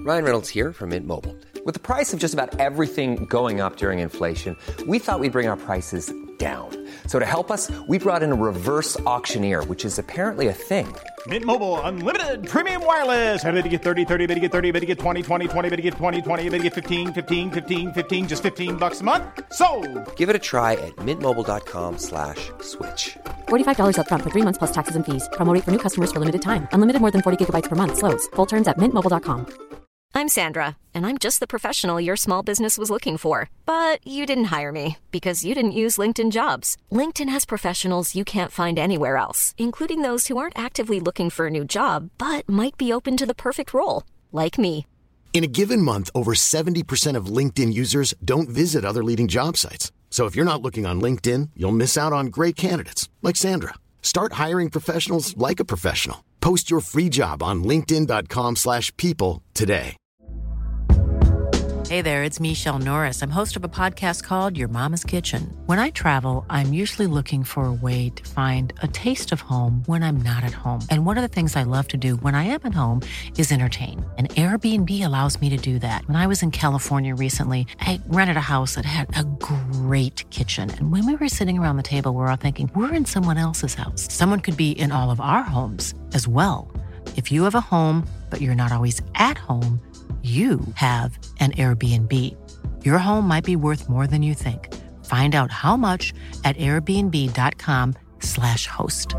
Ryan Reynolds here from Mint Mobile. With the price of just about everything going up during inflation, we thought we'd bring our prices down. So to help us, we brought in a reverse auctioneer, which is apparently a thing. Mint Mobile Unlimited Premium Wireless. How to get 30, 30, bit to get 30, bit to get 20, 20, 20, bit to get 20, 20, bit to get 15, 15, 15, 15, just $15 a month? Sold! Give it a try at mintmobile.com/switch. $45 up front for 3 months plus taxes and fees. Promo rate for new customers for limited time. Unlimited more than 40 gigabytes per month. Slows full terms at mintmobile.com. I'm Sandra, and I'm just the professional your small business was looking for. But you didn't hire me because you didn't use LinkedIn Jobs. LinkedIn has professionals you can't find anywhere else, including those who aren't actively looking for a new job, but might be open to the perfect role, like me. In a given month, over 70% of LinkedIn users don't visit other leading job sites. So if you're not looking on LinkedIn, you'll miss out on great candidates like Sandra. Start hiring professionals like a professional. Post your free job on linkedin.com/people today. Hey there, it's Michelle Norris. I'm host of a podcast called Your Mama's Kitchen. When I travel, I'm usually looking for a way to find a taste of home when I'm not at home. And one of the things I love to do when I am at home is entertain. And Airbnb allows me to do that. When I was in California recently, I rented a house that had a great kitchen. And when we were sitting around the table, we were all thinking, we're in someone else's house. Someone could be in all of our homes as well. If you have a home, but you're not always at home, you have an Airbnb. Your home might be worth more than you think. Find out how much at airbnb.com/host.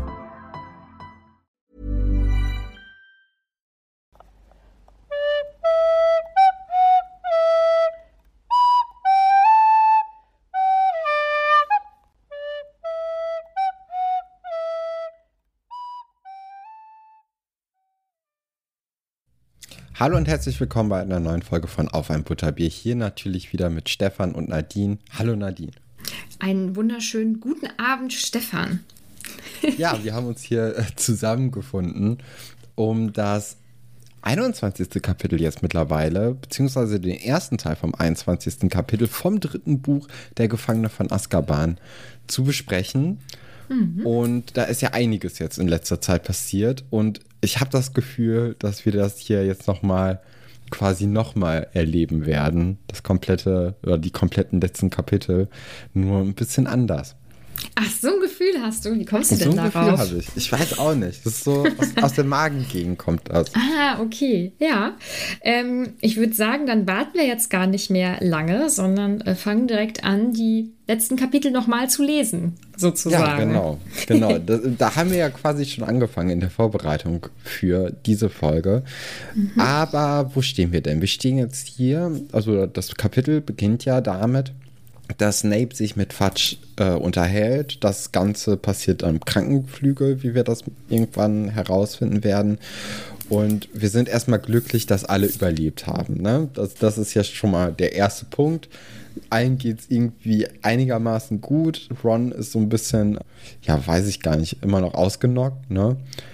Hallo und herzlich willkommen bei einer neuen Folge von Auf ein Butterbier. Hier natürlich wieder mit Stefan und Nadine. Hallo Nadine. Einen wunderschönen guten Abend, Stefan. Ja, wir haben uns hier zusammengefunden, um das 21. Kapitel jetzt mittlerweile, beziehungsweise den ersten Teil vom 21. Kapitel vom 3. Buch Der Gefangene von Azkaban zu besprechen. Und da ist ja einiges jetzt in letzter Zeit passiert und ich habe das Gefühl, dass wir das hier jetzt nochmal erleben werden. Das komplette, oder die kompletten letzten Kapitel, nur ein bisschen anders. Ach, so ein Gefühl hast du? Wie kommst du denn darauf? So ein Gefühl habe ich. Ich weiß auch nicht. Das ist so, aus der Magengegend kommt das. Ah, okay. Ja. Ich würde sagen, dann warten wir jetzt gar nicht mehr lange, sondern fangen direkt an, die letzten Kapitel nochmal zu lesen, sozusagen. Ja, genau. Da haben wir ja quasi schon angefangen in der Vorbereitung für diese Folge. Aber wo stehen wir denn? Wir stehen jetzt hier, also das Kapitel beginnt ja damit, dass Snape sich mit Fudge unterhält. Das Ganze passiert am Krankenflügel, wie wir das irgendwann herausfinden werden. Und wir sind erstmal glücklich, dass alle überlebt haben. Ne? Das ist ja schon mal der erste Punkt. Allen geht es irgendwie einigermaßen gut. Ron ist so ein bisschen, ja, weiß ich gar nicht, immer noch ausgenockt. Ne?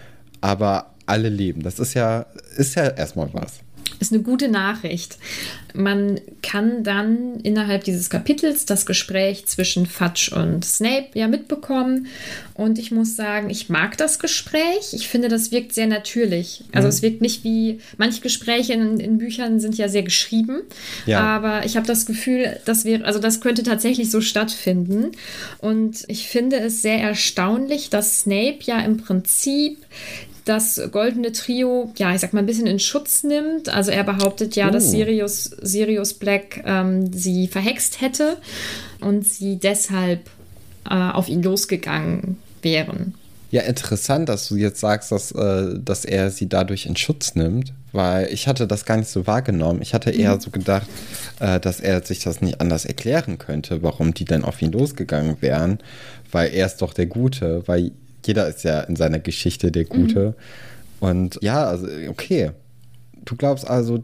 Aber alle leben. Das ist ja erstmal was. Ist eine gute Nachricht. Man kann dann innerhalb dieses Kapitels das Gespräch zwischen Fudge und Snape ja mitbekommen. Und ich muss sagen, ich mag das Gespräch. Ich finde, das wirkt sehr natürlich. Also es wirkt nicht wie, manche Gespräche in Büchern sind ja sehr geschrieben. Ja. Aber ich habe das Gefühl, das könnte tatsächlich so stattfinden. Und ich finde es sehr erstaunlich, dass Snape ja im Prinzip das goldene Trio, ja, ich sag mal, ein bisschen in Schutz nimmt. Also er behauptet ja, dass Sirius Black sie verhext hätte und sie deshalb auf ihn losgegangen wären. Ja, interessant, dass du jetzt sagst, dass er sie dadurch in Schutz nimmt, weil ich hatte das gar nicht so wahrgenommen. Ich hatte eher so gedacht, dass er sich das nicht anders erklären könnte, warum die denn auf ihn losgegangen wären, weil er ist doch der Gute, weil jeder ist ja in seiner Geschichte der Gute. Und ja, also okay. Du glaubst also,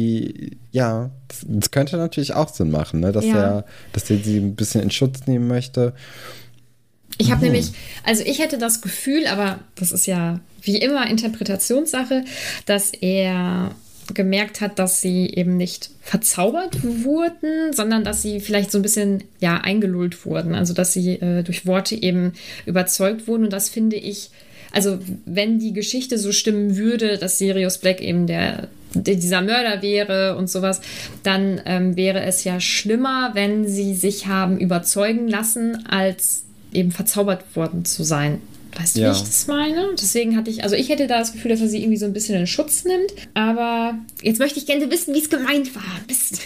das könnte natürlich auch Sinn machen, ne? Dass er sie ein bisschen in Schutz nehmen möchte. Ich habe nämlich, also ich hätte das Gefühl, aber das ist ja wie immer Interpretationssache, dass er gemerkt hat, dass sie eben nicht verzaubert wurden, sondern dass sie vielleicht so ein bisschen eingelullt wurden. Also dass sie durch Worte eben überzeugt wurden. Und das finde ich, also wenn die Geschichte so stimmen würde, dass Sirius Black eben der dieser Mörder wäre und sowas, dann wäre es ja schlimmer, wenn sie sich haben überzeugen lassen, als eben verzaubert worden zu sein. Weißt du, wie ich das meine? Deswegen ich hätte da das Gefühl, dass er sie irgendwie so ein bisschen in Schutz nimmt. Aber jetzt möchte ich gerne wissen, wie es gemeint war. Mist.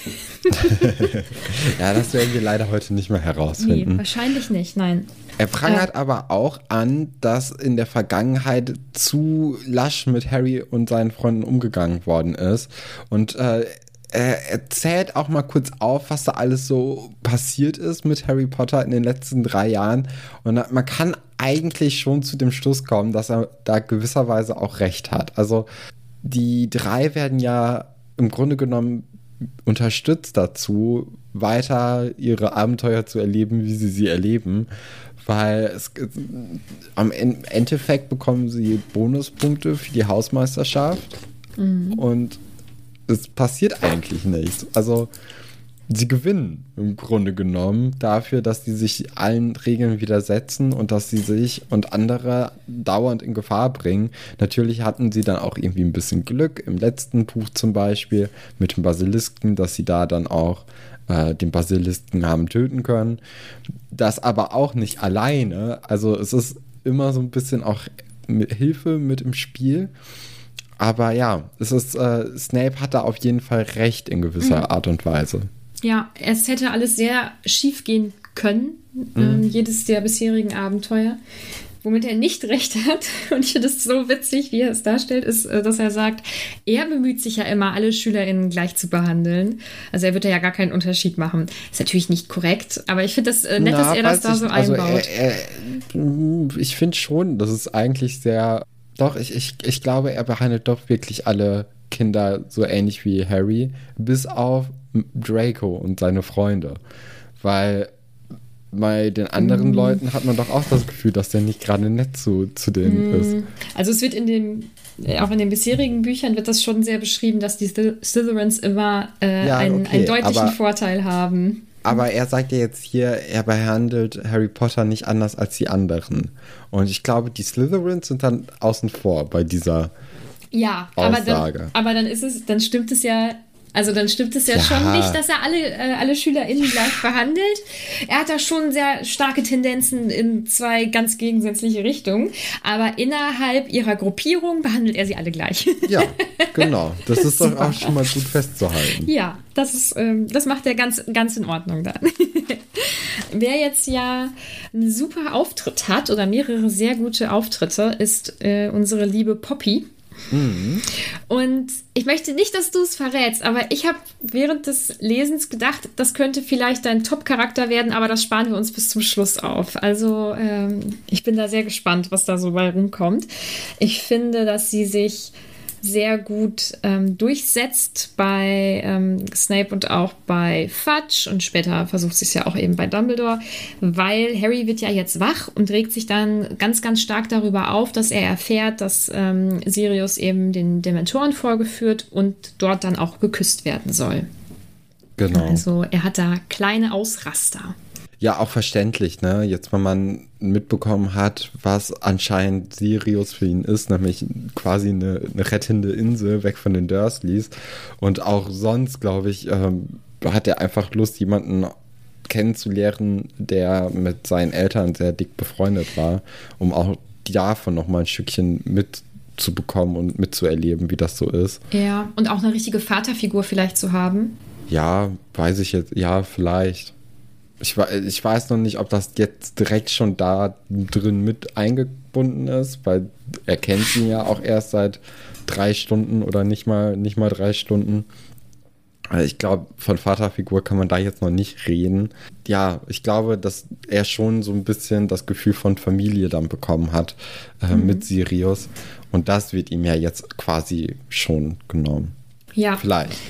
Ja, das werden wir leider heute nicht mehr herausfinden. Nee, wahrscheinlich nicht, nein. Er prangert aber auch an, dass in der Vergangenheit zu lasch mit Harry und seinen Freunden umgegangen worden ist. Und er zählt auch mal kurz auf, was da alles so passiert ist mit Harry Potter in den letzten 3 Jahren. Und man kann eigentlich schon zu dem Schluss kommen, dass er da gewisserweise auch recht hat. Also die 3 werden ja im Grunde genommen unterstützt dazu, weiter ihre Abenteuer zu erleben, wie sie erleben. Weil am Endeffekt bekommen sie Bonuspunkte für die Hausmeisterschaft. Und es passiert eigentlich nichts. Also sie gewinnen im Grunde genommen dafür, dass sie sich allen Regeln widersetzen und dass sie sich und andere dauernd in Gefahr bringen. Natürlich hatten sie dann auch irgendwie ein bisschen Glück im letzten Buch zum Beispiel mit dem Basilisken, dass sie da dann auch den Basilisken haben töten können. Das aber auch nicht alleine. Also es ist immer so ein bisschen auch mit Hilfe mit im Spiel. Aber ja, Snape hat da auf jeden Fall recht in gewisser Art und Weise. Ja, es hätte alles sehr schief gehen können, jedes der bisherigen Abenteuer. Womit er nicht recht hat, und ich finde es so witzig, wie er es darstellt, ist, dass er sagt, er bemüht sich ja immer, alle SchülerInnen gleich zu behandeln. Also er wird da ja gar keinen Unterschied machen. Ist natürlich nicht korrekt, aber ich finde das nett, dass er das da so einbaut. Ich finde schon, das ist eigentlich sehr... Doch, ich glaube, er behandelt doch wirklich alle Kinder so ähnlich wie Harry, bis auf Draco und seine Freunde. Weil bei den anderen Leuten hat man doch auch das Gefühl, dass der nicht gerade nett zu denen ist. Also es wird auch in den bisherigen Büchern wird das schon sehr beschrieben, dass die Slytherins immer einen deutlichen Vorteil haben. Aber er sagt ja jetzt hier, er behandelt Harry Potter nicht anders als die anderen. Und ich glaube, die Slytherins sind dann außen vor bei dieser Aussage. Aber dann stimmt es ja. Also dann stimmt es ja schon nicht, dass er alle SchülerInnen gleich behandelt. Er hat da schon sehr starke Tendenzen in 2 ganz gegensätzliche Richtungen. Aber innerhalb ihrer Gruppierung behandelt er sie alle gleich. Ja, genau. Das ist doch auch schon mal gut festzuhalten. Ja, das macht er ganz, ganz in Ordnung dann. Wer jetzt ja einen super Auftritt hat oder mehrere sehr gute Auftritte, ist unsere liebe Poppy. Und ich möchte nicht, dass du es verrätst, aber ich habe während des Lesens gedacht, das könnte vielleicht dein Top-Charakter werden, aber das sparen wir uns bis zum Schluss auf. Also ich bin da sehr gespannt, was da so bei rumkommt. Ich finde, dass sie sich sehr gut durchsetzt bei Snape und auch bei Fudge, und später versucht sie es ja auch eben bei Dumbledore, weil Harry wird ja jetzt wach und regt sich dann ganz, ganz stark darüber auf, dass er erfährt, dass Sirius eben den Dementoren vorgeführt und dort dann auch geküsst werden soll. Genau. Also er hat da kleine Ausraster. Ja, auch verständlich, ne? Jetzt, wenn man mitbekommen hat, was anscheinend Sirius für ihn ist, nämlich quasi eine rettende Insel weg von den Dursleys. Und auch sonst, glaube ich, hat er einfach Lust, jemanden kennenzulernen, der mit seinen Eltern sehr dick befreundet war, um auch davon nochmal ein Stückchen mitzubekommen und mitzuerleben, wie das so ist. Ja, und auch eine richtige Vaterfigur vielleicht zu haben. Ja, weiß ich jetzt, ja, vielleicht. Ich weiß noch nicht, ob das jetzt direkt schon da drin mit eingebunden ist, weil er kennt ihn ja auch erst seit 3 Stunden oder nicht mal 3 Stunden. Also ich glaube, von Vaterfigur kann man da jetzt noch nicht reden. Ja, ich glaube, dass er schon so ein bisschen das Gefühl von Familie dann bekommen hat mit Sirius. Und das wird ihm ja jetzt quasi schon genommen. Ja. Vielleicht.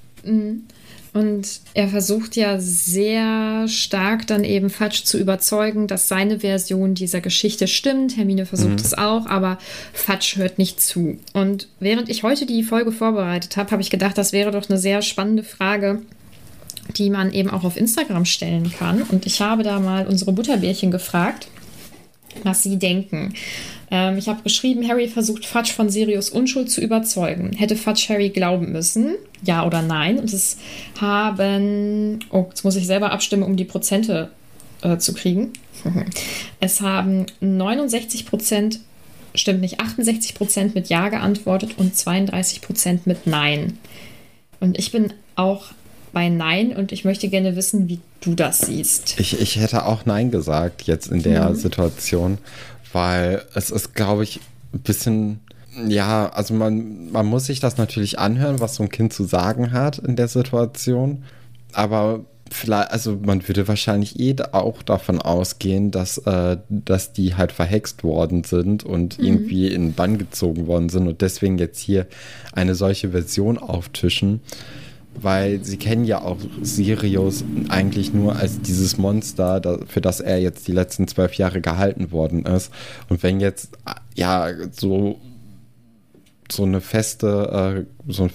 Und er versucht ja sehr stark dann eben Fudge zu überzeugen, dass seine Version dieser Geschichte stimmt. Hermine versucht es auch, aber Fudge hört nicht zu. Und während ich heute die Folge vorbereitet habe, habe ich gedacht, das wäre doch eine sehr spannende Frage, die man eben auch auf Instagram stellen kann. Und ich habe da mal unsere Butterbärchen gefragt, was sie denken. Ich habe geschrieben, Harry versucht Fudge von Sirius Unschuld zu überzeugen. Hätte Fudge Harry glauben müssen? Ja oder nein? Und es haben... Oh, jetzt muss ich selber abstimmen, um die Prozente zu kriegen. Es haben 69%, stimmt nicht, 68% mit Ja geantwortet und 32% mit Nein. Und ich bin auch bei Nein und ich möchte gerne wissen, wie du das siehst. Ich hätte auch Nein gesagt jetzt in der Situation, weil es ist, glaube ich, ein bisschen, ja, also man muss sich das natürlich anhören, was so ein Kind zu sagen hat in der Situation, aber vielleicht, also man würde wahrscheinlich auch davon ausgehen, dass die halt verhext worden sind und irgendwie in den Bann gezogen worden sind und deswegen jetzt hier eine solche Version auftischen. Weil sie kennen ja auch Sirius eigentlich nur als dieses Monster, für das er jetzt die letzten 12 Jahre gehalten worden ist. Und wenn jetzt ja so ein festes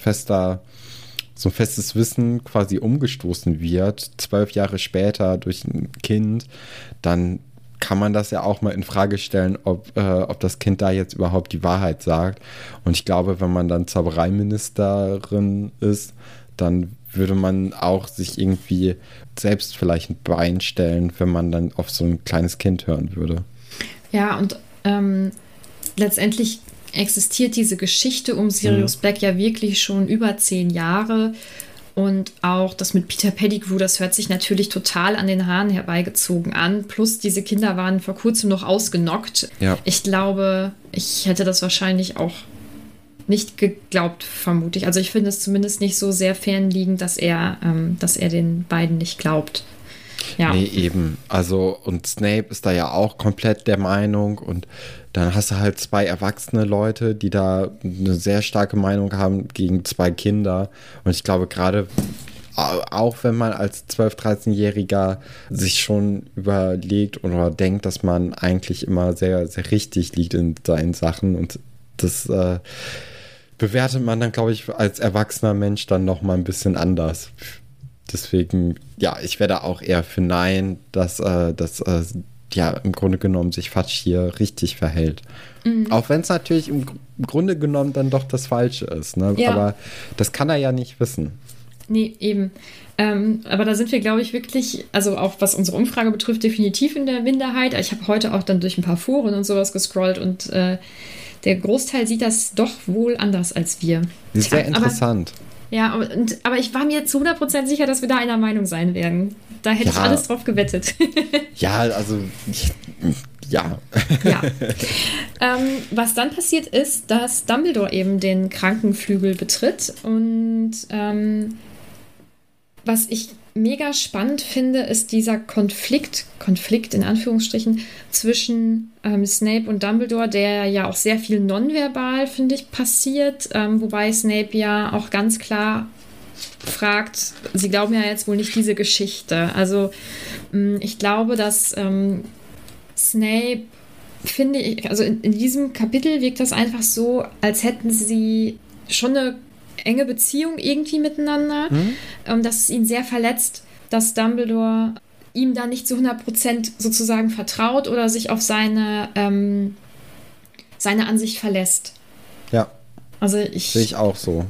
Wissen quasi umgestoßen wird, 12 Jahre später durch ein Kind, dann kann man das ja auch mal in Frage stellen, ob das Kind da jetzt überhaupt die Wahrheit sagt. Und ich glaube, wenn man dann Zaubereiministerin ist, dann würde man auch sich irgendwie selbst vielleicht ein Bein stellen, wenn man dann auf so ein kleines Kind hören würde. Ja, und letztendlich existiert diese Geschichte um Sirius Black ja wirklich schon über 10 Jahre. Und auch das mit Peter Pettigrew, das hört sich natürlich total an den Haaren herbeigezogen an. Plus diese Kinder waren vor kurzem noch ausgenockt. Ja. Ich glaube, ich hätte das wahrscheinlich auch nicht geglaubt, vermute ich. Also ich finde es zumindest nicht so sehr fernliegend, dass er den beiden nicht glaubt. Ja. Nee, eben. Also, und Snape ist da ja auch komplett der Meinung und dann hast du halt 2 erwachsene Leute, die da eine sehr starke Meinung haben gegen 2 Kinder. Und ich glaube, gerade auch wenn man als 12-, 13-Jähriger sich schon überlegt oder denkt, dass man eigentlich immer sehr, sehr richtig liegt in seinen Sachen und das bewertet man dann, glaube ich, als erwachsener Mensch dann noch mal ein bisschen anders. Deswegen, ja, ich wäre da auch eher für Nein, dass ja, im Grunde genommen sich Fudge hier richtig verhält. Auch wenn es natürlich im Grunde genommen dann doch das Falsche ist, ne? Ja. Aber das kann er ja nicht wissen. Nee, eben. Aber da sind wir, glaube ich, wirklich, also auch was unsere Umfrage betrifft, definitiv in der Minderheit. Ich habe heute auch dann durch ein paar Foren und sowas gescrollt und der Großteil sieht das doch wohl anders als wir. Das ist sehr interessant. Aber ich war mir zu 100% sicher, dass wir da einer Meinung sein werden. Da hätte ich alles drauf gewettet. Ja, also, ja. Was dann passiert ist, dass Dumbledore eben den Krankenflügel betritt und was ich mega spannend finde, ist dieser Konflikt in Anführungsstrichen, zwischen Snape und Dumbledore, der ja auch sehr viel nonverbal, finde ich, passiert, wobei Snape ja auch ganz klar fragt, sie glauben ja jetzt wohl nicht diese Geschichte. Also ich glaube, dass Snape, finde ich, also in diesem Kapitel wirkt das einfach so, als hätten sie schon eine enge Beziehung irgendwie miteinander, dass es ihn sehr verletzt, dass Dumbledore ihm da nicht zu 100% sozusagen vertraut oder sich auf seine Ansicht verlässt. Ja, also sehe ich auch so.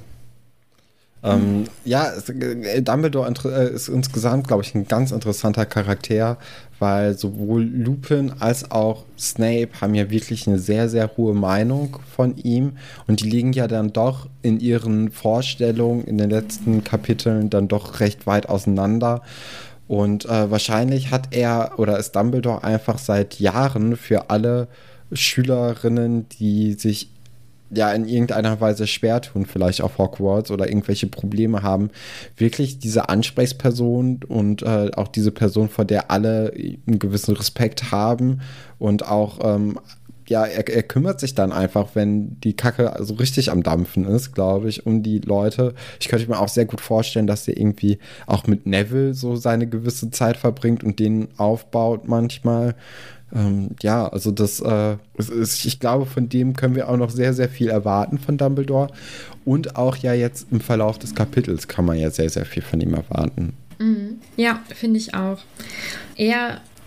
Dumbledore ist insgesamt, glaube ich, ein ganz interessanter Charakter, weil sowohl Lupin als auch Snape haben ja wirklich eine sehr, sehr hohe Meinung von ihm und die liegen ja dann doch in ihren Vorstellungen in den letzten Kapiteln dann doch recht weit auseinander. Und wahrscheinlich ist Dumbledore einfach seit Jahren für alle Schülerinnen, die sich ja in irgendeiner Weise schwer tun, vielleicht auf Hogwarts oder irgendwelche Probleme haben, wirklich diese Ansprechperson und auch diese Person, vor der alle einen gewissen Respekt haben und auch er kümmert sich dann einfach, wenn die Kacke so richtig am Dampfen ist, glaube ich, um die Leute. Ich könnte mir auch sehr gut vorstellen, dass er irgendwie auch mit Neville so seine gewisse Zeit verbringt und den aufbaut manchmal. Also das ist, ich glaube, von dem können wir auch noch sehr, sehr viel erwarten von Dumbledore. Und auch ja jetzt im Verlauf des Kapitels kann man ja sehr, sehr viel von ihm erwarten. Ja, finde ich auch. Er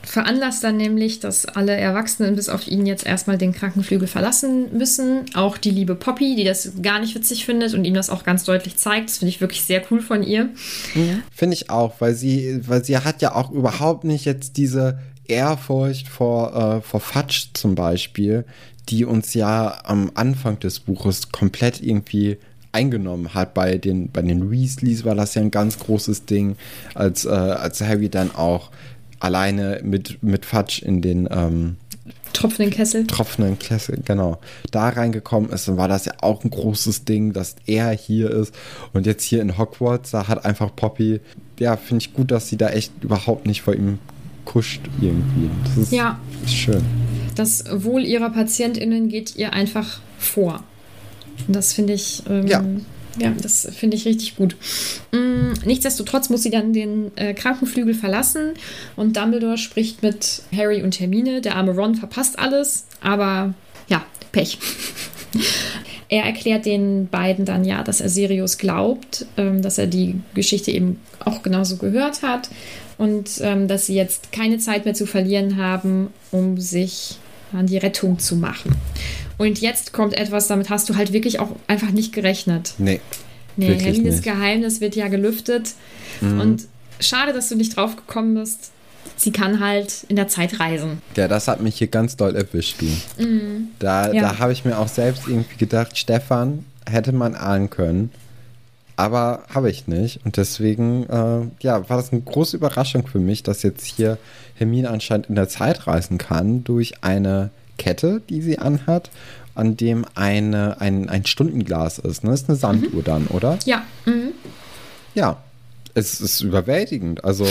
veranlasst dann nämlich, dass alle Erwachsenen bis auf ihn jetzt erstmal den Krankenflügel verlassen müssen. Auch die liebe Poppy, die das gar nicht witzig findet und ihm das auch ganz deutlich zeigt. Das finde ich wirklich sehr cool von ihr. Ja. Finde ich auch, weil sie hat ja auch überhaupt nicht jetzt diese Ehrfurcht vor Fudge zum Beispiel, die uns ja am Anfang des Buches komplett irgendwie eingenommen hat. Bei den Weasleys war das ja ein ganz großes Ding, als Harry dann auch alleine mit Fudge in den tropfenden Kessel, genau, da reingekommen ist, dann war das ja auch ein großes Ding, dass er hier ist. Und jetzt hier in Hogwarts, da hat einfach Poppy, ja, finde ich gut, dass sie da echt überhaupt nicht vor ihm kuscht irgendwie. Das ist schön. Das Wohl ihrer PatientInnen geht ihr einfach vor. Und das finde ich, das finde ich richtig gut. Nichtsdestotrotz muss sie dann den Krankenflügel verlassen und Dumbledore spricht mit Harry und Hermine. Der arme Ron verpasst alles, aber ja, Pech. Er erklärt den beiden dann ja, dass er Sirius glaubt, dass er die Geschichte eben auch genauso gehört hat und dass sie jetzt keine Zeit mehr zu verlieren haben, um sich an die Rettung zu machen. Und jetzt kommt etwas, damit hast du halt wirklich auch einfach nicht gerechnet. Nee, Hermines Geheimnis wird ja gelüftet. Und schade, dass du nicht drauf gekommen bist. Sie kann halt in der Zeit reisen. Ja, das hat mich hier ganz doll erwischt, du. Da habe ich mir auch selbst irgendwie gedacht, Stefan, hätte man ahnen können. Aber habe ich nicht. Und deswegen war das eine große Überraschung für mich, dass jetzt hier Hermine anscheinend in der Zeit reisen kann durch eine Kette, die sie anhat, an dem ein Stundenglas ist. Ne? Das ist eine Sanduhr dann, oder? Ja. Ja, es ist überwältigend. Also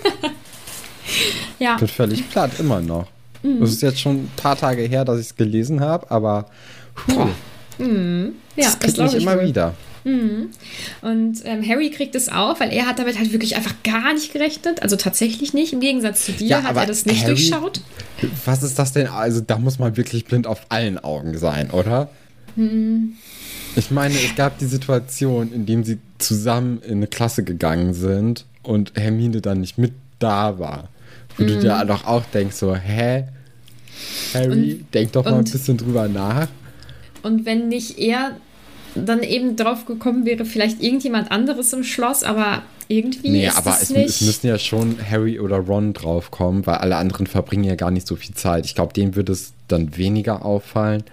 ich bin völlig platt, immer noch. Es ist jetzt schon ein paar Tage her, dass ich es gelesen habe, aber das kriegt mich immer wieder. Und Harry kriegt es auch, weil er hat damit halt wirklich einfach gar nicht gerechnet. Also tatsächlich nicht. Im Gegensatz zu dir hat er das nicht durchschaut. Was ist das denn? Also da muss man wirklich blind auf allen Augen sein, oder? Ich meine, es gab die Situation, in dem sie zusammen in eine Klasse gegangen sind und Hermine dann nicht mit da war. Wo du dir doch auch denkst so, hä? Harry, denk doch mal ein bisschen drüber nach. Und wenn nicht er dann eben drauf gekommen wäre, vielleicht irgendjemand anderes im Schloss, aber irgendwie ist es nicht. Es müssen ja schon Harry oder Ron draufkommen, weil alle anderen verbringen ja gar nicht so viel Zeit. Ich glaube, denen würde es dann weniger auffallen,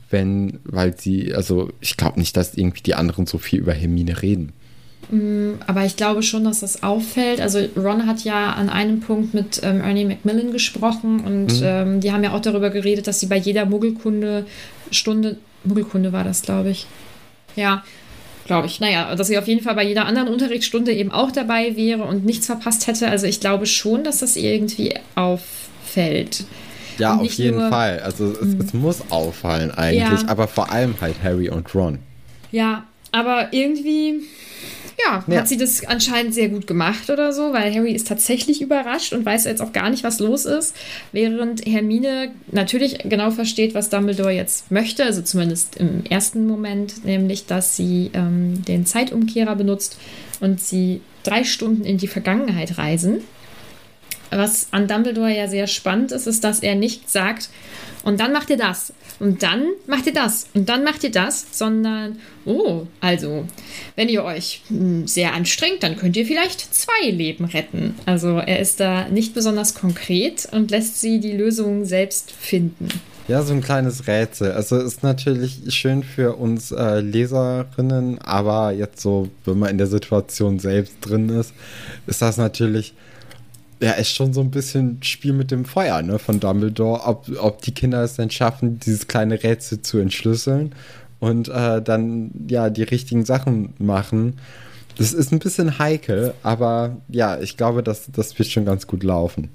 ich glaube nicht, dass irgendwie die anderen so viel über Hermine reden. Aber ich glaube schon, dass das auffällt. Also Ron hat ja an einem Punkt mit Ernie Macmillan gesprochen und die haben ja auch darüber geredet, dass sie bei jeder Muggelkunde war das, glaube ich. Ja, glaube ich. Naja, dass sie auf jeden Fall bei jeder anderen Unterrichtsstunde eben auch dabei wäre und nichts verpasst hätte. Also ich glaube schon, dass das irgendwie auffällt. Ja, auf jeden Fall. Also es muss auffallen eigentlich, aber vor allem halt Harry und Ron. Ja, aber irgendwie hat sie das anscheinend sehr gut gemacht oder so, weil Harry ist tatsächlich überrascht und weiß jetzt auch gar nicht, was los ist, während Hermine natürlich genau versteht, was Dumbledore jetzt möchte, also zumindest im ersten Moment, nämlich, dass sie den Zeitumkehrer benutzt und sie 3 Stunden in die Vergangenheit reisen. Was an Dumbledore ja sehr spannend ist, ist, dass er nicht sagt, und dann macht ihr das, und dann macht ihr das, und dann macht ihr das, sondern, also, wenn ihr euch sehr anstrengt, dann könnt ihr vielleicht 2 Leben retten. Also er ist da nicht besonders konkret und lässt sie die Lösung selbst finden. Ja, so ein kleines Rätsel. Also ist natürlich schön für uns Leserinnen, aber jetzt so, wenn man in der Situation selbst drin ist das natürlich... Ja, ist schon so ein bisschen Spiel mit dem Feuer, ne, von Dumbledore, ob die Kinder es dann schaffen, dieses kleine Rätsel zu entschlüsseln und dann ja die richtigen Sachen machen. Das ist ein bisschen heikel, aber ja, ich glaube, das wird schon ganz gut laufen.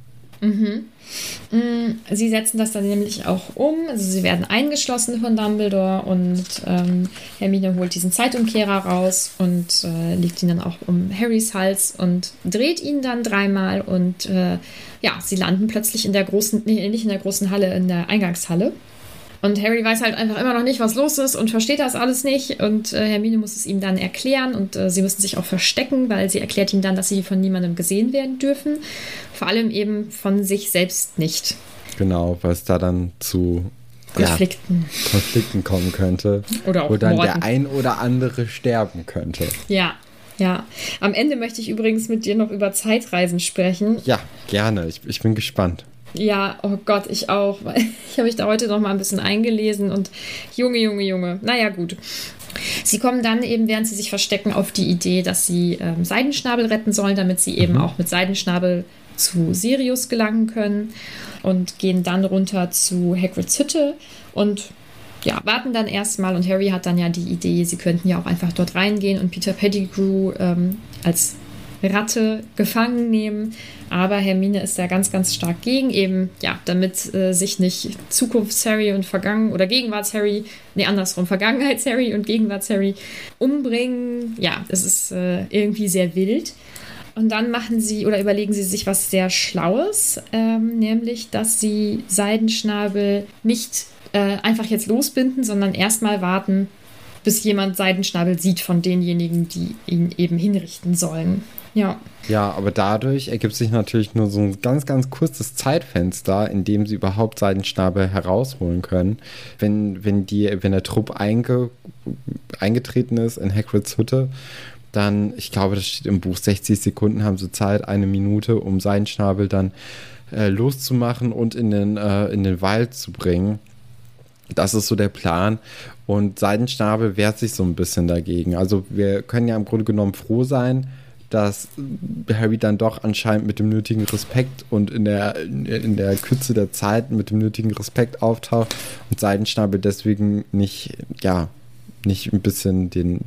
Sie setzen das dann nämlich auch um. Also sie werden eingeschlossen von Dumbledore und Hermine holt diesen Zeitumkehrer raus und legt ihn dann auch um Harrys Hals und dreht ihn dann 3-mal und sie landen plötzlich nicht in der großen Halle, in der Eingangshalle. Und Harry weiß halt einfach immer noch nicht, was los ist und versteht das alles nicht. Und Hermine muss es ihm dann erklären und sie müssen sich auch verstecken, weil sie erklärt ihm dann, dass sie von niemandem gesehen werden dürfen. Vor allem eben von sich selbst nicht. Genau, weil es da dann zu Konflikten kommen könnte. Oder auch wo dann Morden. der ein oder andere sterben könnte. Ja. Am Ende möchte ich übrigens mit dir noch über Zeitreisen sprechen. Ja, gerne. Ich bin gespannt. Ja, oh Gott, ich auch. Ich habe mich da heute noch mal ein bisschen eingelesen und Junge. Naja, gut. Sie kommen dann eben, während sie sich verstecken, auf die Idee, dass sie Seidenschnabel retten sollen, damit sie eben auch mit Seidenschnabel zu Sirius gelangen können und gehen dann runter zu Hagrids Hütte und warten dann erstmal. Und Harry hat dann ja die Idee, sie könnten ja auch einfach dort reingehen und Peter Pettigrew als Ratte gefangen nehmen. Aber Hermine ist da ganz, ganz stark gegen, eben, damit sich nicht Zukunfts-Harry und Gegenwarts-Harry, Vergangenheits-Harry und Gegenwarts-Harry umbringen. Ja, es ist irgendwie sehr wild. Und dann überlegen sie sich was sehr Schlaues, nämlich, dass sie Seidenschnabel nicht einfach jetzt losbinden, sondern erstmal warten, bis jemand Seidenschnabel sieht von denjenigen, die ihn eben hinrichten sollen. Ja. Ja, aber dadurch ergibt sich natürlich nur so ein ganz, ganz kurzes Zeitfenster, in dem sie überhaupt Seidenschnabel herausholen können. Wenn der Trupp eingetreten ist in Hagrids Hütte, dann, ich glaube, das steht im Buch, 60 Sekunden haben sie Zeit, 1 Minute, um Seidenschnabel dann loszumachen und in den Wald zu bringen. Das ist so der Plan. Und Seidenschnabel wehrt sich so ein bisschen dagegen. Also wir können ja im Grunde genommen froh sein, dass Harry dann doch anscheinend mit dem nötigen Respekt und in der Kürze der Zeit mit dem nötigen Respekt auftaucht und Seidenschnabel deswegen nicht ein bisschen den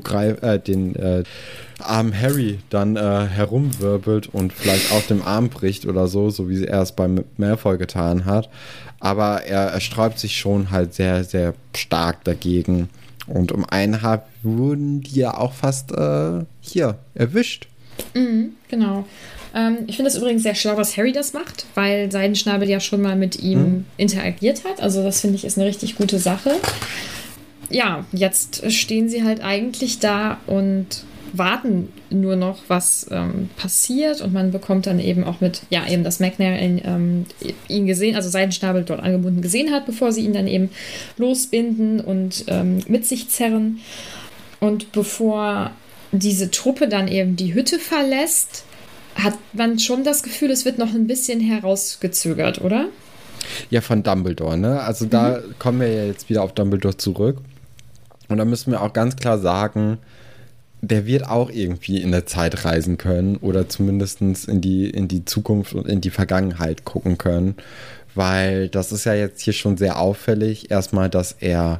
armen Harry dann herumwirbelt und vielleicht auf dem Arm bricht oder so wie er es beim Malfoy getan hat. Aber er sträubt sich schon halt sehr, sehr stark dagegen. Und um ein Haar wurden die ja auch fast erwischt. Genau. Ich finde es übrigens sehr schlau, dass Harry das macht, weil Seidenschnabel ja schon mal mit ihm interagiert hat. Also das finde ich ist eine richtig gute Sache. Ja, jetzt stehen sie halt eigentlich da und warten nur noch, was passiert, und man bekommt dann eben auch mit, eben, dass McNair ihn gesehen, also Seidenschnabel dort angebunden gesehen hat, bevor sie ihn dann eben losbinden und mit sich zerren. Und bevor diese Truppe dann eben die Hütte verlässt, hat man schon das Gefühl, es wird noch ein bisschen herausgezögert, oder? Ja, von Dumbledore, ne? Also da kommen wir ja jetzt wieder auf Dumbledore zurück. Und da müssen wir auch ganz klar sagen, der wird auch irgendwie in der Zeit reisen können oder zumindest in die Zukunft und in die Vergangenheit gucken können, weil das ist ja jetzt hier schon sehr auffällig. Erstmal, dass er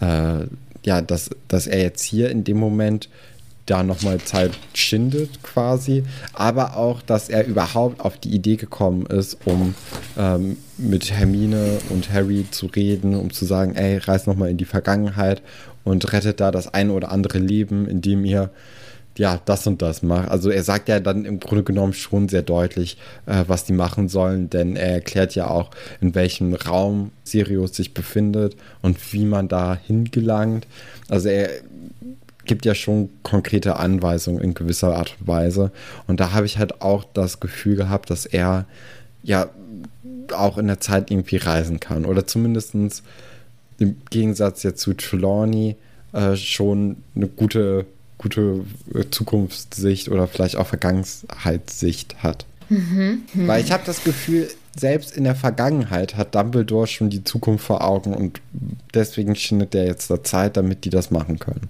dass er jetzt hier in dem Moment da nochmal Zeit schindet quasi, aber auch, dass er überhaupt auf die Idee gekommen ist, um mit Hermine und Harry zu reden, um zu sagen, ey, reist nochmal in die Vergangenheit und rettet da das ein oder andere Leben, indem ihr das und das macht. Also er sagt ja dann im Grunde genommen schon sehr deutlich, was die machen sollen, denn er erklärt ja auch, in welchem Raum Sirius sich befindet und wie man da hingelangt. Also er gibt ja schon konkrete Anweisungen in gewisser Art und Weise. Und da habe ich halt auch das Gefühl gehabt, dass er auch in der Zeit irgendwie reisen kann. Oder zumindest im Gegensatz jetzt zu Trelawney schon eine gute Zukunftssicht oder vielleicht auch Vergangenheitssicht hat. Weil ich habe das Gefühl, selbst in der Vergangenheit hat Dumbledore schon die Zukunft vor Augen und deswegen schindet der jetzt da Zeit, damit die das machen können.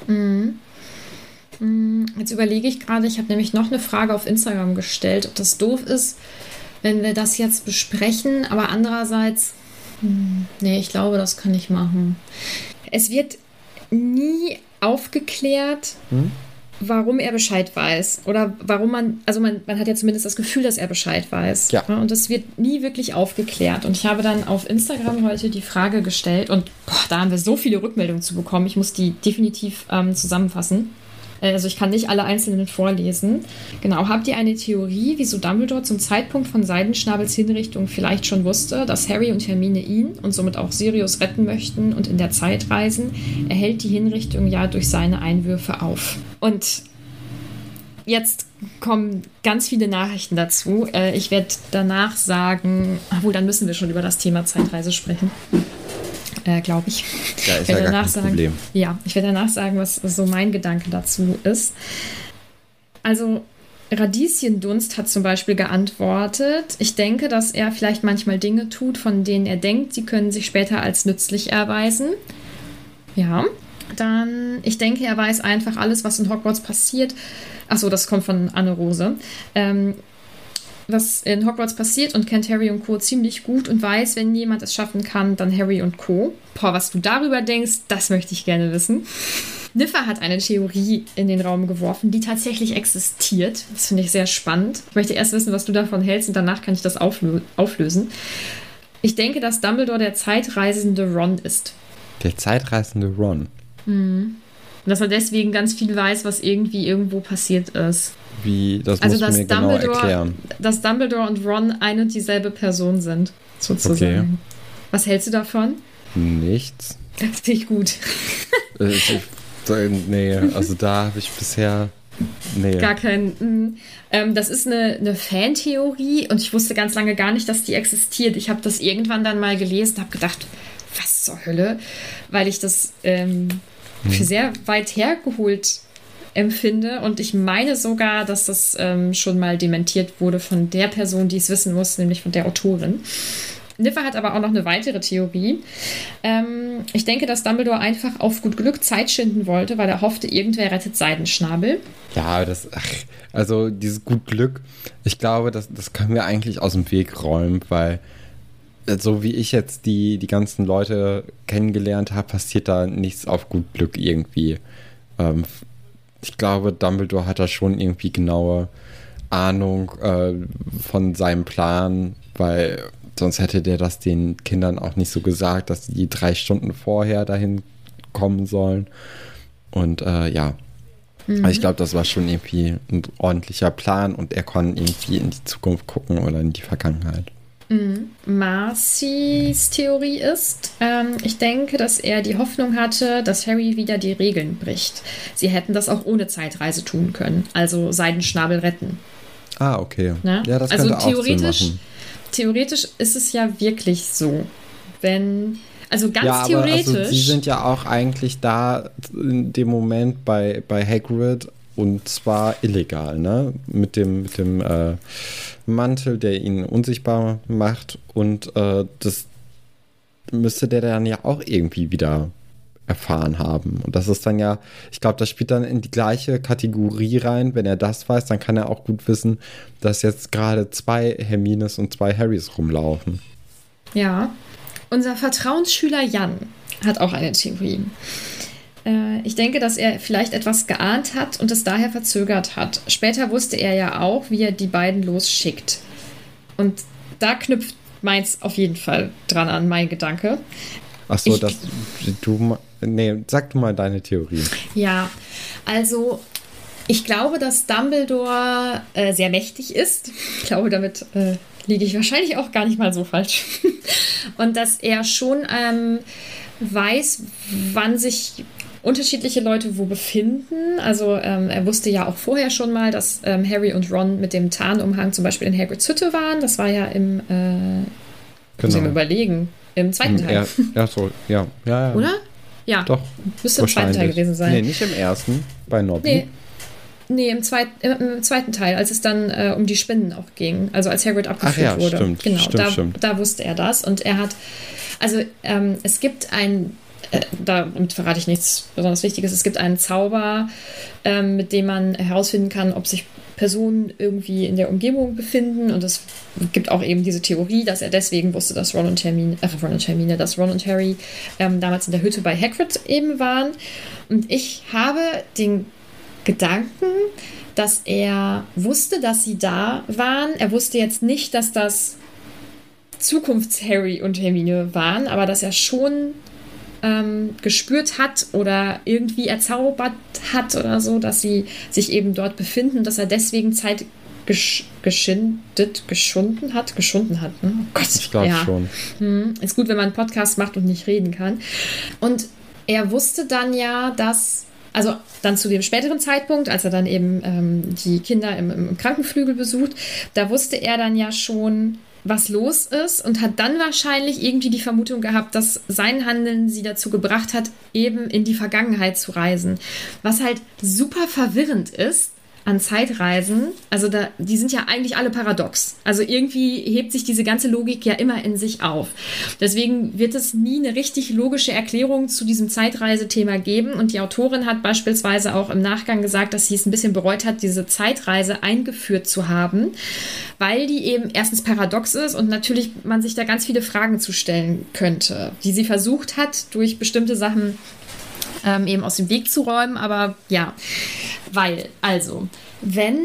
Jetzt überlege ich gerade, ich habe nämlich noch eine Frage auf Instagram gestellt, ob das doof ist, wenn wir das jetzt besprechen, aber andererseits, ich glaube, das kann ich machen. Es wird nie aufgeklärt, warum er Bescheid weiß oder warum man hat ja zumindest das Gefühl, dass er Bescheid weiß. Ja. Und das wird nie wirklich aufgeklärt. Und ich habe dann auf Instagram heute die Frage gestellt und da haben wir so viele Rückmeldungen zu bekommen. Ich muss die definitiv zusammenfassen. Also ich kann nicht alle einzelnen vorlesen. Genau, habt ihr eine Theorie, wieso Dumbledore zum Zeitpunkt von Seidenschnabels Hinrichtung vielleicht schon wusste, dass Harry und Hermine ihn und somit auch Sirius retten möchten und in der Zeit reisen? Er hält die Hinrichtung ja durch seine Einwürfe auf. Und jetzt kommen ganz viele Nachrichten dazu. Ich werde danach sagen, dann müssen wir schon über das Thema Zeitreise sprechen. Glaube ich. Ja, ist ja gar kein Problem. Ja, ich werde danach sagen, was so mein Gedanke dazu ist. Also, Radieschendunst hat zum Beispiel geantwortet, ich denke, dass er vielleicht manchmal Dinge tut, von denen er denkt, sie können sich später als nützlich erweisen. Ja. Dann, ich denke, er weiß einfach alles, was in Hogwarts passiert. Achso, das kommt von Anne Rose. Was in Hogwarts passiert und kennt Harry und Co. ziemlich gut und weiß, wenn jemand es schaffen kann, dann Harry und Co. Boah, was du darüber denkst, das möchte ich gerne wissen. Niffer hat eine Theorie in den Raum geworfen, die tatsächlich existiert. Das finde ich sehr spannend. Ich möchte erst wissen, was du davon hältst und danach kann ich das auflösen. Ich denke, dass Dumbledore der zeitreisende Ron ist. Der zeitreisende Ron? Und dass er deswegen ganz viel weiß, was irgendwie irgendwo passiert ist. Wie, das musst du mir genau erklären. Dass Dumbledore und Ron eine und dieselbe Person sind, sozusagen. Okay. Was hältst du davon? Nichts. Das finde ich gut. Nee, also da habe ich bisher... Nee. Gar kein... das ist eine Fantheorie und ich wusste ganz lange gar nicht, dass die existiert. Ich habe das irgendwann dann mal gelesen und habe gedacht, was zur Hölle? Weil ich das für sehr weit hergeholt empfinde und ich meine sogar, dass das schon mal dementiert wurde von der Person, die es wissen muss, nämlich von der Autorin. Niffer hat aber auch noch eine weitere Theorie. Ich denke, dass Dumbledore einfach auf gut Glück Zeit schinden wollte, weil er hoffte, irgendwer rettet Seidenschnabel. Ja, also dieses gut Glück, ich glaube, das können wir eigentlich aus dem Weg räumen, weil so wie ich jetzt die ganzen Leute kennengelernt habe, passiert da nichts auf gut Glück irgendwie. Ich glaube, Dumbledore hat da schon irgendwie genaue Ahnung von seinem Plan, weil sonst hätte der das den Kindern auch nicht so gesagt, dass die 3 Stunden vorher dahin kommen sollen. Und ja, also ich glaube, das war schon irgendwie ein ordentlicher Plan und er konnte irgendwie in die Zukunft gucken oder in die Vergangenheit. Marcys Theorie ist, ich denke, dass er die Hoffnung hatte, dass Harry wieder die Regeln bricht. Sie hätten das auch ohne Zeitreise tun können, also Seidenschnabel retten. Ah, okay. Ja, das könnte also auch Sinn machen. Theoretisch ist es ja wirklich so, also ganz theoretisch. Also sie sind ja auch eigentlich da in dem Moment bei Hagrid und zwar illegal, ne? Mit dem Mantel, der ihn unsichtbar macht und das müsste der dann ja auch irgendwie wieder erfahren haben. Und das ist dann ja, ich glaube, das spielt dann in die gleiche Kategorie rein. Wenn er das weiß, dann kann er auch gut wissen, dass jetzt gerade 2 Hermines und 2 Harrys rumlaufen. Ja, unser Vertrauensschüler Jan hat auch eine Theorie. Ich denke, dass er vielleicht etwas geahnt hat und es daher verzögert hat. Später wusste er ja auch, wie er die beiden losschickt. Und da knüpft meins auf jeden Fall dran an, mein Gedanke. Ach so, sag du mal deine Theorie. Ja, also ich glaube, dass Dumbledore sehr mächtig ist. Ich glaube, damit liege ich wahrscheinlich auch gar nicht mal so falsch. Und dass er schon weiß, wann sich unterschiedliche Leute wo befinden. Also er wusste ja auch vorher schon mal, dass Harry und Ron mit dem Tarnumhang zum Beispiel in Hagrids Hütte waren. Das war ja im muss ich mir überlegen. Im zweiten Teil. Ja, so, ja. Oder? Ja. Doch. Müsste im zweiten Teil gewesen sein. Nee, nicht im ersten, bei Nobby. Nee, im zweiten Teil, als es dann um die Spinnen auch ging. Also als Hagrid abgeführt wurde. Stimmt, genau, stimmt. Da wusste er das. Und er hat, also es gibt damit verrate ich nichts besonders Wichtiges, es gibt einen Zauber, mit dem man herausfinden kann, ob sich Personen irgendwie in der Umgebung befinden und es gibt auch eben diese Theorie, dass er deswegen wusste, dass Ron und Harry damals in der Hütte bei Hagrid eben waren und ich habe den Gedanken, dass er wusste, dass sie da waren. Er wusste jetzt nicht, dass das Zukunfts-Harry und Hermine waren, aber dass er schon gespürt hat oder irgendwie erzaubert hat oder so, dass sie sich eben dort befinden, dass er deswegen Zeit geschunden hat. Ne? Oh Gott, ich glaube schon. Ist gut, wenn man einen Podcast macht und nicht reden kann. Und er wusste dann ja, dass, also dann zu dem späteren Zeitpunkt, als er dann eben die Kinder im Krankenflügel besucht, da wusste er dann ja schon, was los ist und hat dann wahrscheinlich irgendwie die Vermutung gehabt, dass sein Handeln sie dazu gebracht hat, eben in die Vergangenheit zu reisen. Was halt super verwirrend ist an Zeitreisen, also die sind ja eigentlich alle paradox. Also irgendwie hebt sich diese ganze Logik ja immer in sich auf. Deswegen wird es nie eine richtig logische Erklärung zu diesem Zeitreisethema geben. Und die Autorin hat beispielsweise auch im Nachgang gesagt, dass sie es ein bisschen bereut hat, diese Zeitreise eingeführt zu haben, weil die eben erstens paradox ist und natürlich man sich da ganz viele Fragen zu stellen könnte, die sie versucht hat, durch bestimmte Sachen eben aus dem Weg zu räumen. Aber ja, weil, also, wenn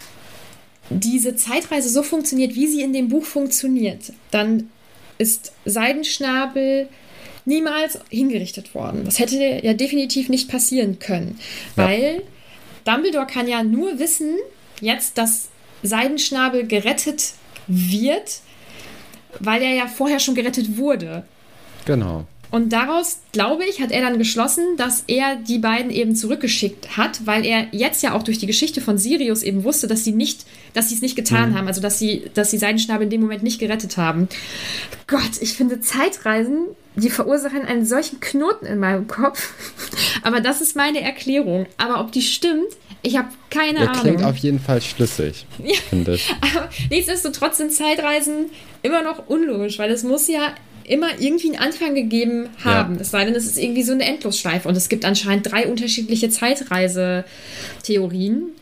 diese Zeitreise so funktioniert, wie sie in dem Buch funktioniert, dann ist Seidenschnabel niemals hingerichtet worden. Das hätte ja definitiv nicht passieren können, weil Dumbledore kann ja nur wissen, jetzt, dass Seidenschnabel gerettet wird, weil er ja vorher schon gerettet wurde. Genau. Und daraus, glaube ich, hat er dann geschlossen, dass er die beiden eben zurückgeschickt hat, weil er jetzt ja auch durch die Geschichte von Sirius eben wusste, dass sie es nicht getan haben, also dass sie Seidenschnabel in dem Moment nicht gerettet haben. Gott, ich finde Zeitreisen, die verursachen einen solchen Knoten in meinem Kopf. Aber das ist meine Erklärung. Aber ob die stimmt, ich habe keine Ahnung. Klingt auf jeden Fall schlüssig, finde ich. Aber nichtsdestotrotz sind Zeitreisen immer noch unlogisch, weil es muss ja immer irgendwie einen Anfang gegeben haben. Es sei denn, es ist irgendwie so eine Endlosschleife. Und es gibt anscheinend 3 unterschiedliche Zeitreisetheorien.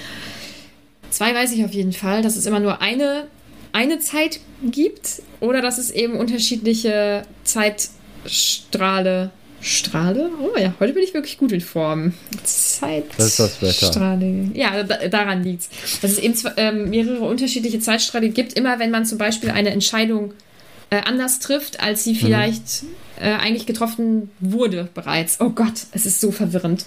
2 weiß ich auf jeden Fall, dass es immer nur eine Zeit gibt oder dass es eben unterschiedliche Zeitstrahle. Oh ja, heute bin ich wirklich gut in Form. Zeitstrahle. Das ist das Wetter. Ja, daran liegt's. Dass es eben mehrere unterschiedliche Zeitstrahlen gibt, immer wenn man zum Beispiel eine Entscheidung anders trifft, als sie vielleicht eigentlich getroffen wurde bereits. Oh Gott, es ist so verwirrend.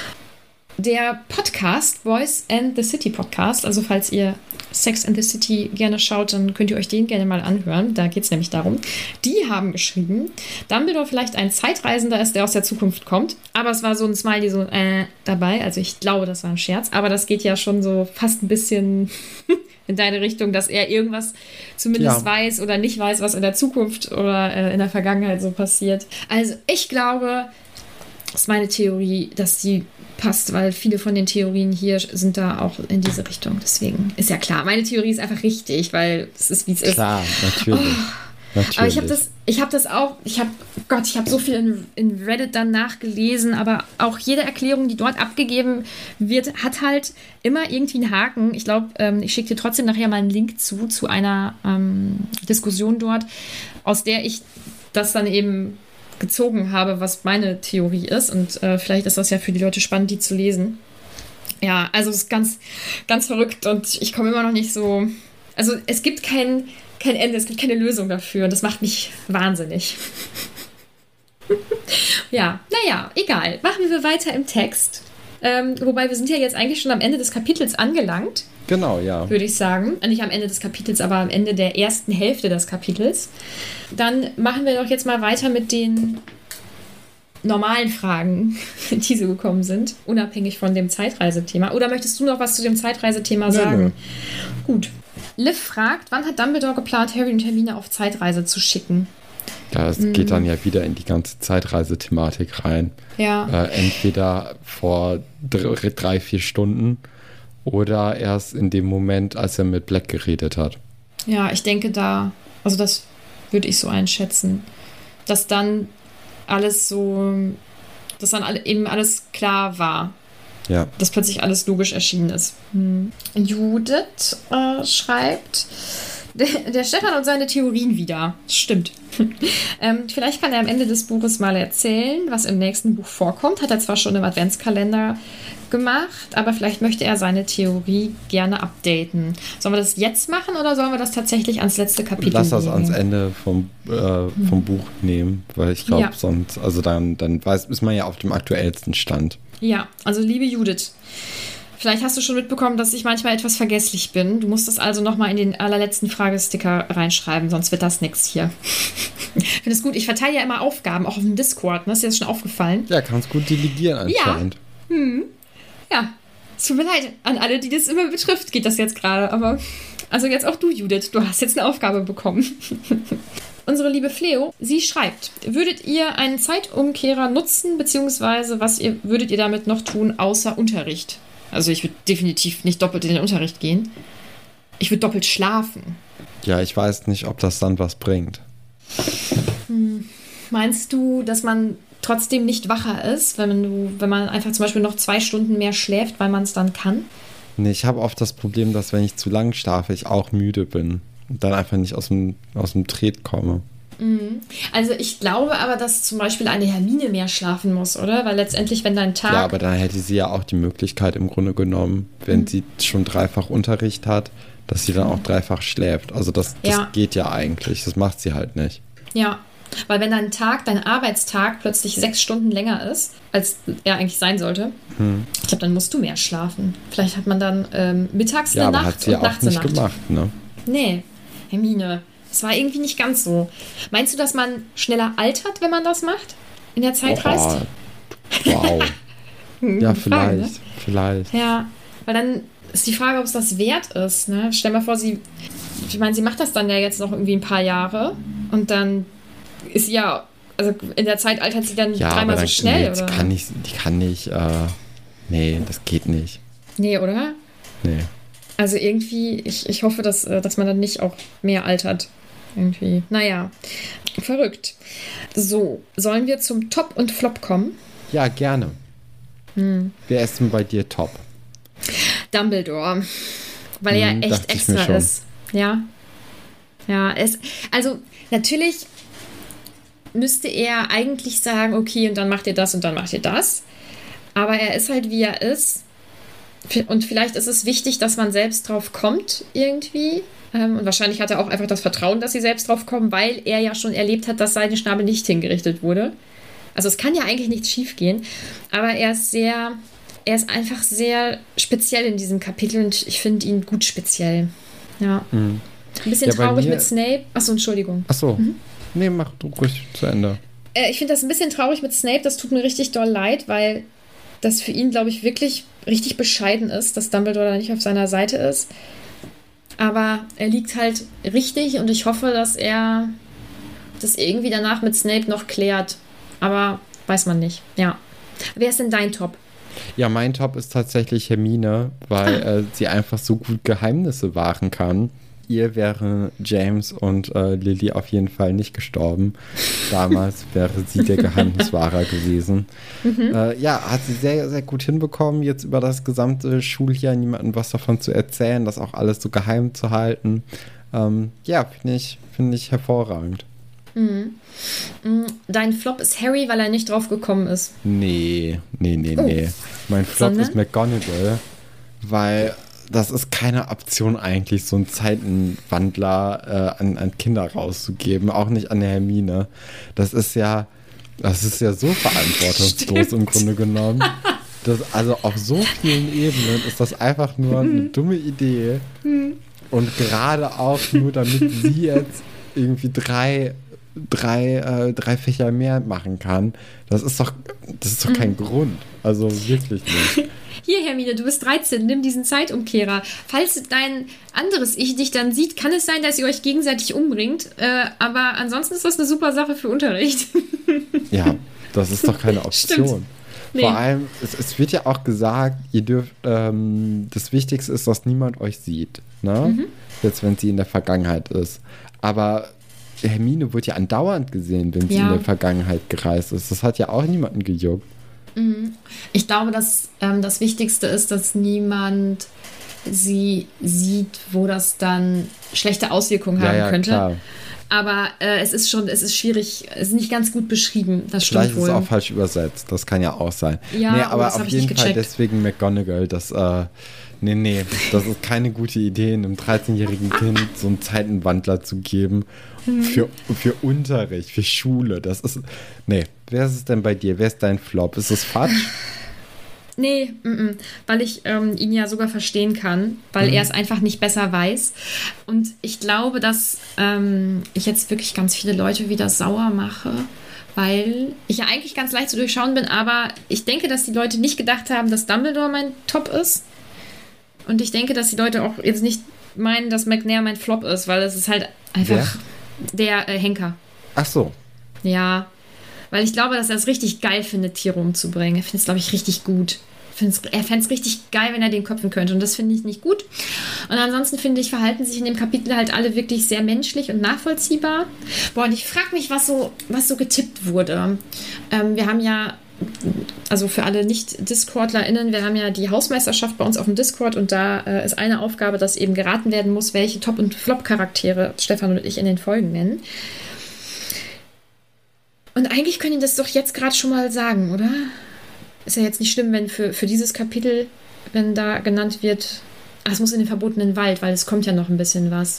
Der Podcast Boys and the City Podcast, also falls ihr Sex and the City gerne schaut, dann könnt ihr euch den gerne mal anhören. Da geht es nämlich darum. Die haben geschrieben, Dumbledore vielleicht ein Zeitreisender ist, der aus der Zukunft kommt. Aber es war so ein Smiley so dabei. Also ich glaube, das war ein Scherz. Aber das geht ja schon so fast ein bisschen in deine Richtung, dass er irgendwas zumindest weiß oder nicht weiß, was in der Zukunft oder in der Vergangenheit so passiert. Also ich glaube, das ist meine Theorie, dass die passt, weil viele von den Theorien hier sind da auch in diese Richtung. Deswegen ist ja klar, meine Theorie ist einfach richtig, weil es ist, wie es ist. Klar, natürlich. Natürlich. Aber ich habe so viel in Reddit dann nachgelesen, aber auch jede Erklärung, die dort abgegeben wird, hat halt immer irgendwie einen Haken. Ich glaube, ich schicke dir trotzdem nachher mal einen Link zu einer Diskussion dort, aus der ich das dann eben gezogen habe, was meine Theorie ist. Und vielleicht ist das ja für die Leute spannend, die zu lesen. Ja, also es ist ganz, ganz verrückt und ich komme immer noch nicht so... Also es gibt kein Ende, es gibt keine Lösung dafür und das macht mich wahnsinnig. Ja, naja, egal. Machen wir weiter im Text. Wobei wir sind ja jetzt eigentlich schon am Ende des Kapitels angelangt. Genau, ja. Würde ich sagen. Nicht am Ende des Kapitels, aber am Ende der ersten Hälfte des Kapitels. Dann machen wir doch jetzt mal weiter mit den normalen Fragen, die so gekommen sind, unabhängig von dem Zeitreisethema. Oder möchtest du noch was zu dem Zeitreisethema sagen? Nö. Gut. Liv fragt, wann hat Dumbledore geplant, Harry und Hermine auf Zeitreise zu schicken? Ja, es geht dann ja wieder in die ganze Zeitreisethematik rein. Ja. Entweder vor 3-4 Stunden oder erst in dem Moment, als er mit Black geredet hat. Ja, ich denke also das würde ich so einschätzen, dass dann eben alles klar war. Ja. Dass plötzlich alles logisch erschienen ist. Judith schreibt, der Stefan und seine Theorien wieder. Stimmt. Vielleicht kann er am Ende des Buches mal erzählen, was im nächsten Buch vorkommt. Hat er zwar schon im Adventskalender gemacht, aber vielleicht möchte er seine Theorie gerne updaten. Sollen wir das jetzt machen oder sollen wir das tatsächlich ans letzte Kapitel Lass das legen? ans Ende vom Buch nehmen, weil ich glaube, sonst, also dann ist man ja auf dem aktuellsten Stand. Ja, also liebe Judith, vielleicht hast du schon mitbekommen, dass ich manchmal etwas vergesslich bin. Du musst das also nochmal in den allerletzten Fragesticker reinschreiben, sonst wird das nichts hier. Ich finde es gut, ich verteile ja immer Aufgaben, auch auf dem Discord, ne? Ist dir das schon aufgefallen? Ja, kannst gut delegieren anscheinend. Ja. Ja, es tut mir leid an alle, die das immer betrifft, geht das jetzt gerade. Aber, also jetzt auch du, Judith, du hast jetzt eine Aufgabe bekommen. Unsere liebe Fleo, sie schreibt, würdet ihr einen Zeitumkehrer nutzen, beziehungsweise würdet ihr damit noch tun, außer Unterricht? Also ich würde definitiv nicht doppelt in den Unterricht gehen. Ich würde doppelt schlafen. Ja, ich weiß nicht, ob das dann was bringt. Meinst du, dass man trotzdem nicht wacher ist, wenn man einfach zum Beispiel noch 2 Stunden mehr schläft, weil man es dann kann? Nee, ich habe oft das Problem, dass wenn ich zu lang schlafe, ich auch müde bin und dann einfach nicht aus dem Tritt komme. Also ich glaube aber, dass zum Beispiel eine Hermine mehr schlafen muss, oder? Weil letztendlich, wenn dein Tag... Ja, aber dann hätte sie ja auch die Möglichkeit im Grunde genommen, wenn sie schon 3-fach Unterricht hat, dass sie dann auch 3-fach schläft. Also das geht ja eigentlich, das macht sie halt nicht. Ja, weil wenn dein Arbeitstag plötzlich 6 Stunden länger ist, als er eigentlich sein sollte, ich glaube, dann musst du mehr schlafen. Vielleicht hat man dann mittags eine Nacht hat sie und ja nachts auch nicht eine Nacht. gemacht, ne? Nee, Hermine, das war irgendwie nicht ganz so. Meinst du, dass man schneller altert, wenn man das macht? In der Zeit reist? Wow. Ja, Frage, ne? vielleicht. Ja, weil dann ist die Frage, ob es das wert ist. Ne? Stell mal vor, sie macht das dann ja jetzt noch irgendwie ein paar Jahre und dann ist sie ja, also in der Zeit altert sie dann 3-mal so schnell, oder? Die kann nicht, nee, das geht nicht. Nee, oder? Nee. Also irgendwie, ich hoffe, dass man dann nicht auch mehr altert. Irgendwie. Naja, verrückt. So, sollen wir zum Top und Flop kommen? Ja, gerne. Wer ist denn bei dir Top? Dumbledore. Weil er echt extra ist. Ja. Ja, also natürlich müsste er eigentlich sagen, okay, und dann macht ihr das und dann macht ihr das. Aber er ist halt, wie er ist. Und vielleicht ist es wichtig, dass man selbst drauf kommt irgendwie. Und wahrscheinlich hat er auch einfach das Vertrauen, dass sie selbst drauf kommen, weil er ja schon erlebt hat, dass seine Schnabel nicht hingerichtet wurde. Also es kann ja eigentlich nichts schief gehen. Aber er ist einfach sehr speziell in diesem Kapitel und ich finde ihn gut speziell. Ja. Ein bisschen traurig mit Snape. Achso, Entschuldigung. Achso. Nee, mach du ruhig zu Ende. Ich finde das ein bisschen traurig mit Snape. Das tut mir richtig doll leid, weil das für ihn, glaube ich, wirklich richtig bescheiden ist, dass Dumbledore da nicht auf seiner Seite ist. Aber er liegt halt richtig und ich hoffe, dass er das irgendwie danach mit Snape noch klärt. Aber weiß man nicht. Ja. Wer ist denn dein Top? Ja, mein Top ist tatsächlich Hermine, weil sie einfach so gut Geheimnisse wahren kann. Ihr wäre James und Lily auf jeden Fall nicht gestorben. Damals wäre sie der Geheimniswahrer gewesen. Ja, hat sie sehr, sehr gut hinbekommen, jetzt über das gesamte Schuljahr niemandem was davon zu erzählen, das auch alles so geheim zu halten. Ja, finde ich hervorragend. Dein Flop ist Harry, weil er nicht drauf gekommen ist. Nee. Mein Flop ist McGonagall, weil das ist keine Option eigentlich, so einen Zeitenwandler an Kinder rauszugeben, auch nicht an der Hermine. Das ist ja so verantwortungslos im Grunde genommen. Also auf so vielen Ebenen ist das einfach nur eine dumme Idee. Und gerade auch nur, damit sie jetzt irgendwie drei Fächer mehr machen kann. Das ist doch kein Grund. Also wirklich nicht. Hier, Hermine, du bist 13, nimm diesen Zeitumkehrer. Falls dein anderes Ich dich dann sieht, kann es sein, dass ihr euch gegenseitig umbringt. Aber ansonsten ist das eine super Sache für Unterricht. Ja, das ist doch keine Option. Stimmt. Nee. Vor allem, es wird ja auch gesagt, ihr dürft, das Wichtigste ist, dass niemand euch sieht. Ne? Jetzt, wenn sie in der Vergangenheit ist. Aber Hermine wird ja andauernd gesehen, wenn sie in der Vergangenheit gereist ist. Das hat ja auch niemanden gejuckt. Ich glaube, dass das Wichtigste ist, dass niemand sie sieht, wo das dann schlechte Auswirkungen haben könnte. Klar. Aber es ist schwierig, es ist nicht ganz gut beschrieben, das stimmt Vielleicht wohl. ist es auch falsch übersetzt, das kann ja auch sein. Ja, aber das auf hab ich jeden nicht Fall gecheckt. deswegen McGonagall, das ist keine gute Idee, einem 13-jährigen Kind so einen Zeitenwandler zu geben für Unterricht, für Schule. Das ist, wer ist es denn bei dir? Wer ist dein Flop? Ist es Fudge? Nee, weil ich ihn ja sogar verstehen kann, weil er es einfach nicht besser weiß. Und ich glaube, dass ich jetzt wirklich ganz viele Leute wieder sauer mache, weil ich ja eigentlich ganz leicht zu durchschauen bin, aber ich denke, dass die Leute nicht gedacht haben, dass Dumbledore mein Top ist. Und ich denke, dass die Leute auch jetzt nicht meinen, dass McNair mein Flop ist, weil es ist halt einfach der Henker. Ach so. Ja, weil ich glaube, dass er es richtig geil findet, Tiere umzubringen. Er findet es, glaube ich, richtig gut. Er fände es richtig geil, wenn er den köpfen könnte. Und das finde ich nicht gut. Und ansonsten finde ich, verhalten sich in dem Kapitel halt alle wirklich sehr menschlich und nachvollziehbar. Boah, und ich frage mich, was so getippt wurde. Wir haben ja, also für alle Nicht-DiscordlerInnen, wir haben ja die Hausmeisterschaft bei uns auf dem Discord und da ist eine Aufgabe, dass eben geraten werden muss, welche Top- und Flop-Charaktere Stefan und ich in den Folgen nennen. Und eigentlich können die das doch jetzt gerade schon mal sagen, oder? Ist ja jetzt nicht schlimm, wenn für dieses Kapitel, wenn da genannt wird, es muss in den verbotenen Wald, weil es kommt ja noch ein bisschen was.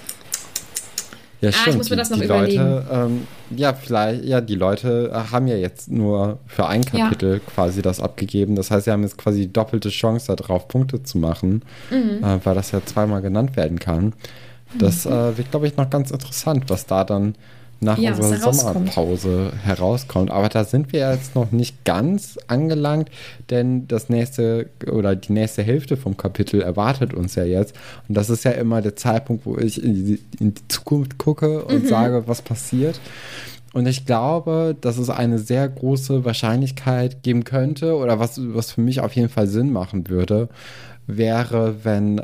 Ja, stimmt. Ich muss mir das noch die überlegen. Leute, die Leute haben ja jetzt nur für ein Kapitel quasi das abgegeben. Das heißt, sie haben jetzt quasi die doppelte Chance darauf, Punkte zu machen, weil das ja zweimal genannt werden kann. Das wird, glaube ich, noch ganz interessant, was da dann nach unserer Sommerpause herauskommt. Aber da sind wir jetzt noch nicht ganz angelangt, denn die nächste Hälfte vom Kapitel erwartet uns ja jetzt. Und das ist ja immer der Zeitpunkt, wo ich in die Zukunft gucke und sage, was passiert. Und ich glaube, dass es eine sehr große Wahrscheinlichkeit geben könnte, oder was für mich auf jeden Fall Sinn machen würde, wäre,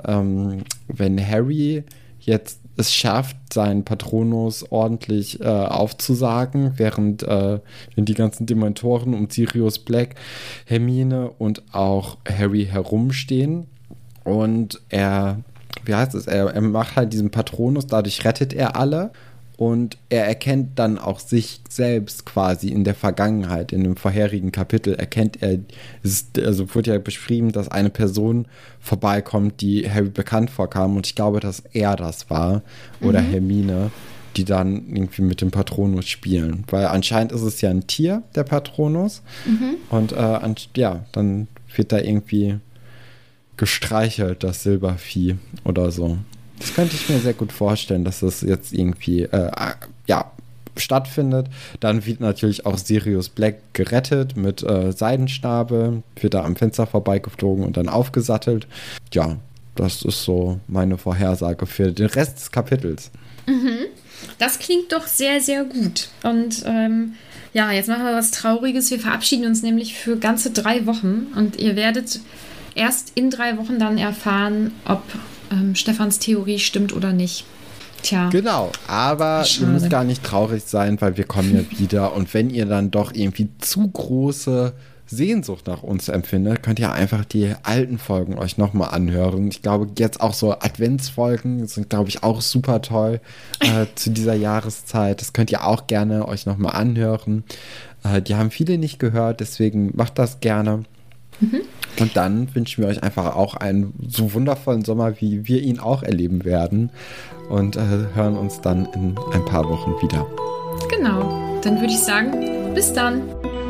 wenn Harry jetzt es schafft, seinen Patronus ordentlich aufzusagen, während die ganzen Dementoren um Sirius Black, Hermine und auch Harry herumstehen. Und er macht halt diesen Patronus, dadurch rettet er alle. Und er erkennt dann auch sich selbst quasi in der Vergangenheit, in dem vorherigen Kapitel wurde ja beschrieben, dass eine Person vorbeikommt, die Harry bekannt vorkam. Und ich glaube, dass er das war oder Hermine, die dann irgendwie mit dem Patronus spielen. Weil anscheinend ist es ja ein Tier, der Patronus. Und dann wird da irgendwie gestreichelt, das Silbervieh oder so. Das könnte ich mir sehr gut vorstellen, dass das jetzt irgendwie stattfindet. Dann wird natürlich auch Sirius Black gerettet mit Seidenschnabel, wird da am Fenster vorbeigeflogen und dann aufgesattelt. Ja, das ist so meine Vorhersage für den Rest des Kapitels. Das klingt doch sehr, sehr gut. Und jetzt machen wir was Trauriges. Wir verabschieden uns nämlich für ganze 3 Wochen und ihr werdet erst in 3 Wochen dann erfahren, ob Stefans Theorie stimmt oder nicht. Tja. Genau, aber ihr müsst gar nicht traurig sein, weil wir kommen ja wieder. Und wenn ihr dann doch irgendwie zu große Sehnsucht nach uns empfindet, könnt ihr einfach die alten Folgen euch nochmal anhören. Ich glaube, jetzt auch so Adventsfolgen sind, glaube ich, auch super toll zu dieser Jahreszeit. Das könnt ihr auch gerne euch nochmal anhören. Die haben viele nicht gehört, deswegen macht das gerne. Und dann wünschen wir euch einfach auch einen so wundervollen Sommer, wie wir ihn auch erleben werden. Und hören uns dann in ein paar Wochen wieder. Genau, dann würde ich sagen, bis dann.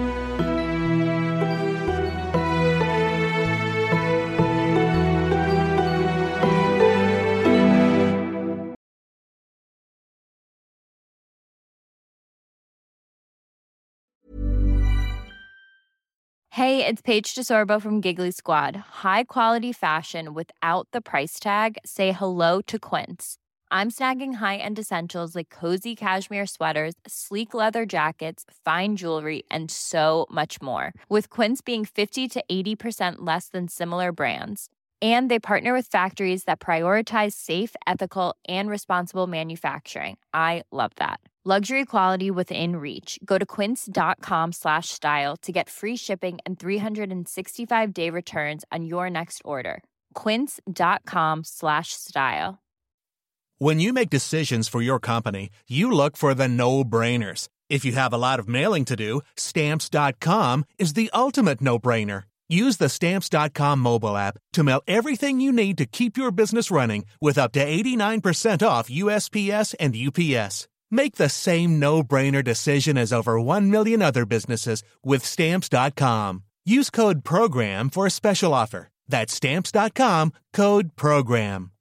Hey, it's Paige DeSorbo from Giggly Squad. High quality fashion without the price tag. Say hello to Quince. I'm snagging high-end essentials like cozy cashmere sweaters, sleek leather jackets, fine jewelry, and so much more. With Quince being 50 to 80% less than similar brands. And they partner with factories that prioritize safe, ethical, and responsible manufacturing. I love that. Luxury quality within reach. Go to quince.com/style to get free shipping and 365-day returns on your next order. Quince.com/style. When you make decisions for your company, you look for the no-brainers. If you have a lot of mailing to do, Stamps.com is the ultimate no-brainer. Use the Stamps.com mobile app to mail everything you need to keep your business running with up to 89% off USPS and UPS. Make the same no-brainer decision as over 1 million other businesses with Stamps.com. Use code PROGRAM for a special offer. That's Stamps.com, code PROGRAM.